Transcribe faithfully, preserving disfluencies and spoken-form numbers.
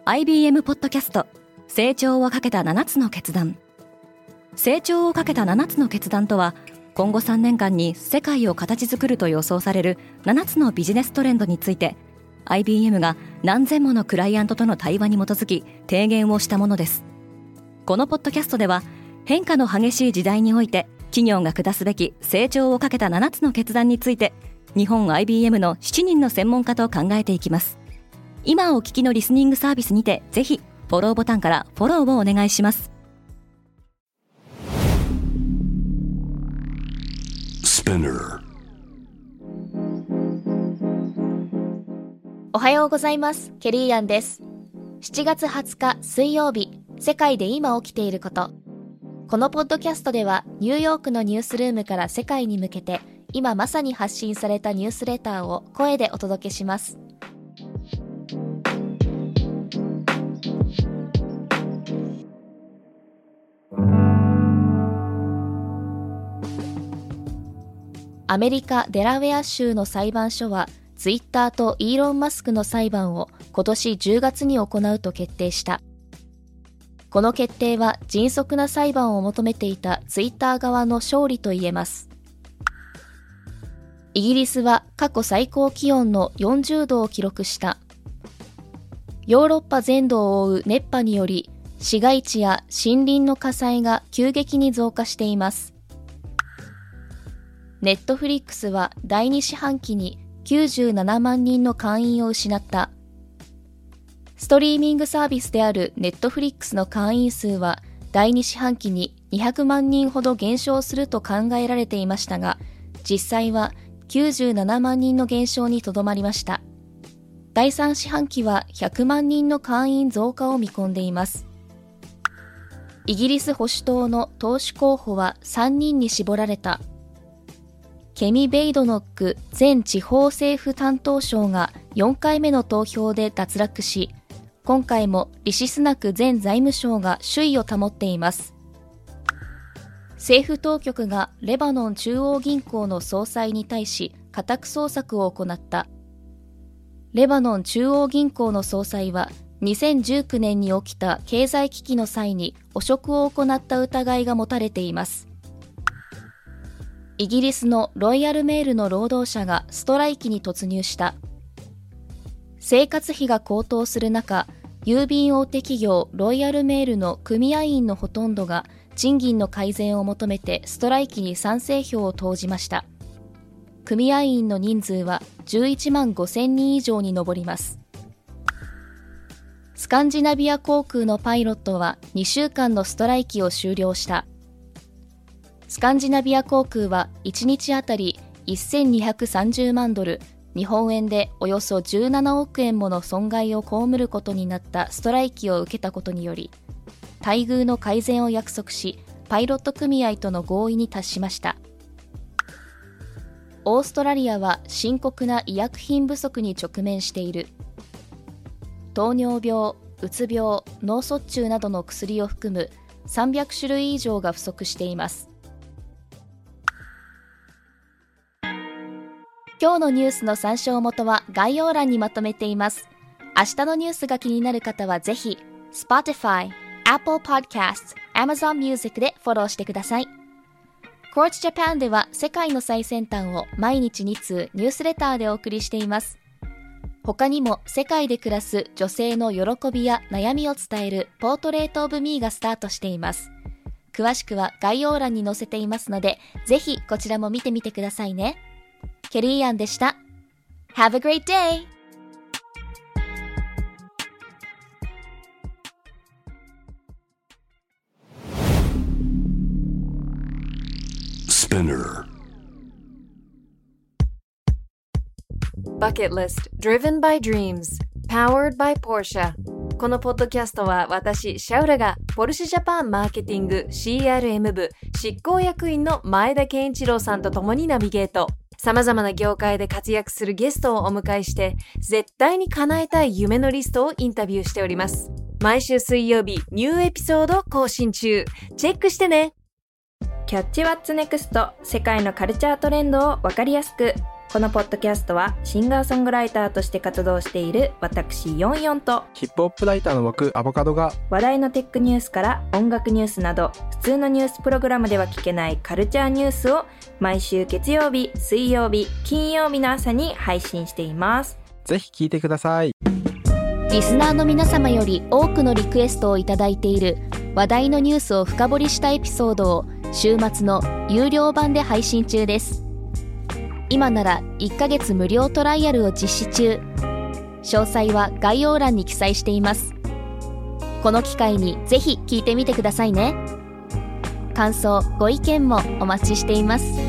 アイビーエム ポッドキャスト成長をかけたななつの決断。成長をかけたななつの決断とは、今後さんねんかんに世界を形作ると予想されるななつのビジネストレンドについて アイビーエム が何千ものクライアントとの対話に基づき提言をしたものです。このポッドキャストでは、変化の激しい時代において企業が下すべき成長をかけたななつの決断について、日本 アイビーエム のしちにんの専門家と考えていきます。今お聞きのリスニングサービスにて、ぜひフォローボタンからフォローをお願いします。 おはようございます。ケリーアンです。しちがつはつか水曜日、世界で今起きていること。このポッドキャストでは、ニューヨークのニュースルームから世界に向けて、今まさに発信されたニュースレターを声でお届けします。アメリカ・デラウェア州の裁判所は、ツイッターとイーロン・マスクの裁判を今年じゅうがつに行うと決定した。この決定は迅速な裁判を求めていたツイッター側の勝利と言えます。イギリスは過去最高気温のよんじゅうどを記録した。ヨーロッパ全土を覆う熱波により、市街地や森林の火災が急激に増加しています。ネットフリックスはだいに四半期にきゅうじゅうななまんにんの会員を失った。ストリーミングサービスであるネットフリックスの会員数はだいに四半期ににひゃくまんにんほど減少すると考えられていましたが、実際はきゅうじゅうななまんにんの減少にとどまりました。だいさん四半期はひゃくまんにんの会員増加を見込んでいます。イギリス保守党の党首候補はさんにんに絞られた。ケミ・ベイドノック前地方政府担当相がよんかいめの投票で脱落し、今回もリシスナク前財務相が首位を保っています。政府当局がレバノン中央銀行の総裁に対し家宅捜索を行った。レバノン中央銀行の総裁はにせんじゅうきゅうねんに起きた経済危機の際に汚職を行った疑いが持たれています。イギリスのロイヤルメールの労働者がストライキに突入した。生活費が高騰する中、郵便大手企業ロイヤルメールの組合員のほとんどが賃金の改善を求めてストライキに賛成票を投じました。組合員の人数はじゅういちまんごせんにん以上に上ります。スカンジナビア航空のパイロットはにしゅうかんのストライキを終了した。スカンジナビア航空はいちにちあたりせんにひゃくさんじゅうまんドル、日本円でおよそじゅうななおくえんもの損害を被ることになったストライキを受けたことにより、待遇の改善を約束し、パイロット組合との合意に達しました。オーストラリアは深刻な医薬品不足に直面している。糖尿病、うつ病、脳卒中などの薬を含むさんびゃくしゅるい以上が不足しています。今日のニュースの参照元は概要欄にまとめています。明日のニュースが気になる方はぜひ Spotify、Apple Podcasts、Amazon Music でフォローしてください。Quartz Japan では世界の最先端を毎日に通ニュースレターでお送りしています。他にも世界で暮らす女性の喜びや悩みを伝えるポートレートオブミーがスタートしています。詳しくは概要欄に載せていますので、ぜひこちらも見てみてくださいね。ケリーアンでした。Have a great day! Spinner Bucket List Driven by Dreams Powered by Porsche。 このポッドキャストは私シャウラがポルシェジャパンマーケティング シーアールエム 部執行役員の前田健一郎さんと共にナビゲート。様々な業界で活躍するゲストをお迎えして絶対に叶えたい夢のリストをインタビューしております。毎週水曜日ニューエピソード更新中。チェックしてね。 キャッチワッツネクスト、世界のカルチャートレンドをわかりやすく。 このポッドキャストはシンガーソングライターとして活動している私よんじゅうよんとヒップホップライターの僕アボカドが話題のテックニュースから音楽ニュースなど普通のニュースプログラムでは聞けないカルチャーニュースを毎週月曜日、水曜日、金曜日の朝に配信しています。 ぜひ聞いてください。 リスナーの皆様より多くのリクエストをいただいている話題のニュースを深掘りしたエピソードを週末の有料版で配信中です。今ならいっかげつ無料トライアルを実施中。詳細は概要欄に記載しています。この機会にぜひ聞いてみてくださいね。感想、ご意見もお待ちしています。